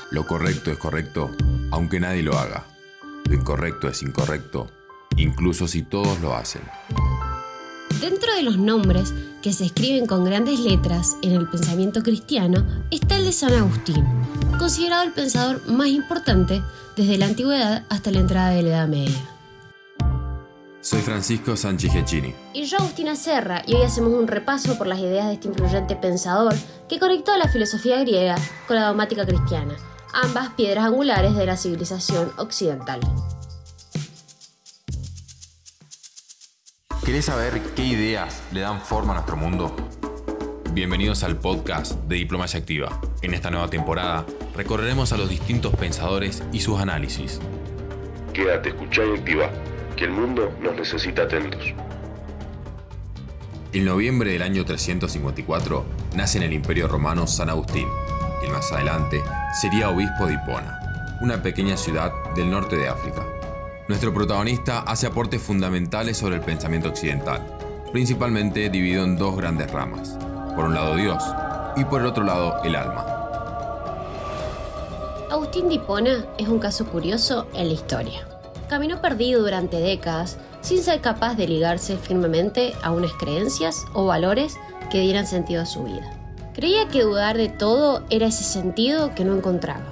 Lo correcto es correcto, aunque nadie lo haga. Lo incorrecto es incorrecto, incluso si todos lo hacen. Dentro de los nombres que se escriben con grandes letras en el pensamiento cristiano está el de San Agustín, considerado el pensador más importante desde la antigüedad hasta la entrada de la Edad Media. Soy Francisco Sánchez Giacchini. Y yo, Agustina Serra, y hoy hacemos un repaso por las ideas de este influyente pensador que conectó a la filosofía griega con la dogmática cristiana, ambas piedras angulares de la civilización occidental. ¿Querés saber qué ideas le dan forma a nuestro mundo? Bienvenidos al podcast de Diplomacia Activa. En esta nueva temporada recorreremos a los distintos pensadores y sus análisis. Quédate, escuchá y activa, que el mundo nos necesita atentos. En noviembre del año 354 nace en el Imperio Romano San Agustín, que más adelante sería obispo de Hipona, una pequeña ciudad del norte de África. Nuestro protagonista hace aportes fundamentales sobre el pensamiento occidental, principalmente dividido en dos grandes ramas. Por un lado Dios y por el otro lado el alma. Agustín de Hipona es un caso curioso en la historia. Caminó perdido durante décadas sin ser capaz de ligarse firmemente a unas creencias o valores que dieran sentido a su vida. Creía que dudar de todo era ese sentido que no encontraba.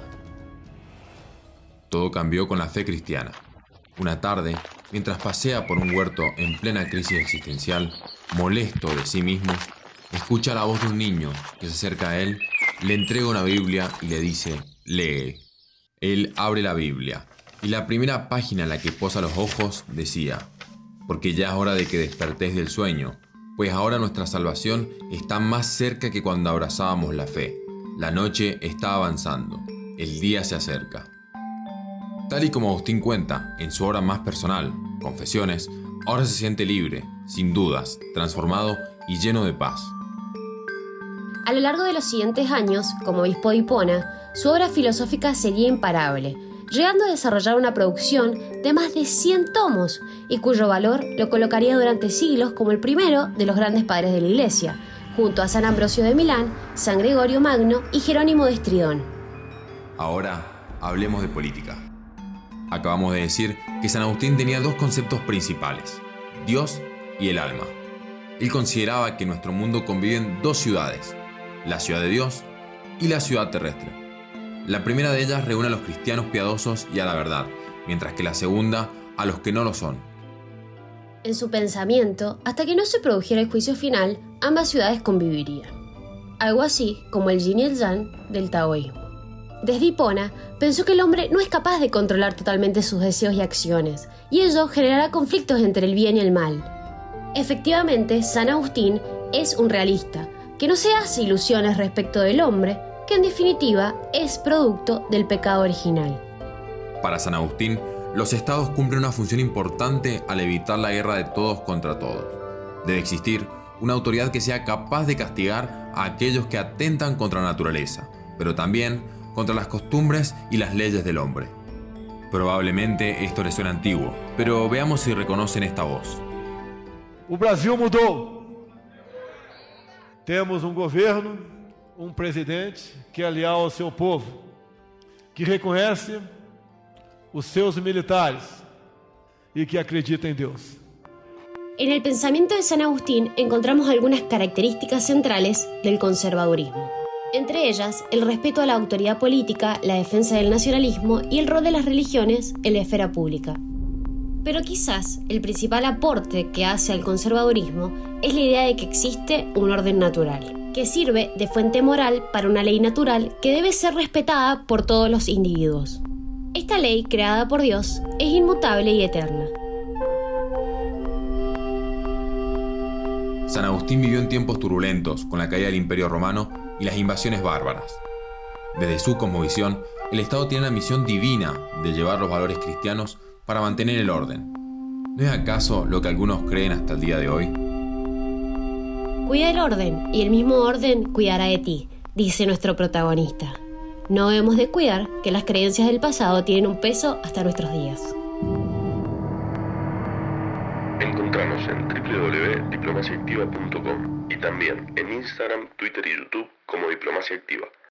Todo cambió con la fe cristiana. Una tarde, mientras pasea por un huerto en plena crisis existencial, molesto de sí mismo, escucha la voz de un niño que se acerca a él, le entrega una Biblia y le dice: lee. Él abre la Biblia y la primera página en la que posa los ojos decía: porque ya es hora de que despertéis del sueño, pues ahora nuestra salvación está más cerca que cuando abrazábamos la fe. La noche está avanzando, el día se acerca. Tal y como Agustín cuenta en su obra más personal, Confesiones, ahora se siente libre, sin dudas, transformado y lleno de paz. A lo largo de los siguientes años, como obispo de Hipona, su obra filosófica seguía imparable, llegando a desarrollar una producción de más de 100 tomos y cuyo valor lo colocaría durante siglos como el primero de los grandes padres de la Iglesia, junto a San Ambrosio de Milán, San Gregorio Magno y Jerónimo de Estridón. Ahora hablemos de política. Acabamos de decir que San Agustín tenía dos conceptos principales: Dios y el alma. Él consideraba que en nuestro mundo conviven dos ciudades, la ciudad de Dios y la ciudad terrestre. La primera de ellas reúne a los cristianos piadosos y a la verdad, mientras que la segunda a los que no lo son. En su pensamiento, hasta que no se produjera el juicio final, ambas ciudades convivirían. Algo así como el yin y el yang del taoísmo. Desde Hipona, pensó que el hombre no es capaz de controlar totalmente sus deseos y acciones, y ello generará conflictos entre el bien y el mal. Efectivamente, San Agustín es un realista, que no se hace ilusiones respecto del hombre, que en definitiva es producto del pecado original. Para San Agustín, los estados cumplen una función importante al evitar la guerra de todos contra todos. Debe existir una autoridad que sea capaz de castigar a aquellos que atentan contra la naturaleza, pero también contra las costumbres y las leyes del hombre. Probablemente esto les suena antiguo, pero veamos si reconocen esta voz. O Brasil mudou. Temos governo, presidente que é leal ao seu povo, que reconhece os seus militares e que acredita em Deus. En el pensamiento de San Agustín encontramos algunas características centrales del conservadurismo. Entre ellas, el respeto a la autoridad política, la defensa del nacionalismo y el rol de las religiones en la esfera pública. Pero quizás el principal aporte que hace al conservadurismo es la idea de que existe un orden natural, que sirve de fuente moral para una ley natural que debe ser respetada por todos los individuos. Esta ley, creada por Dios, es inmutable y eterna. San Agustín vivió en tiempos turbulentos con la caída del Imperio Romano y las invasiones bárbaras. Desde su cosmovisión, el Estado tiene la misión divina de llevar los valores cristianos para mantener el orden. ¿No es acaso lo que algunos creen hasta el día de hoy? Cuida el orden, y el mismo orden cuidará de ti, dice nuestro protagonista. No debemos descuidar que las creencias del pasado tienen un peso hasta nuestros días. Encontranos en www.diplomaciaactiva.com y también en Instagram, Twitter y YouTube como Diplomacia Activa.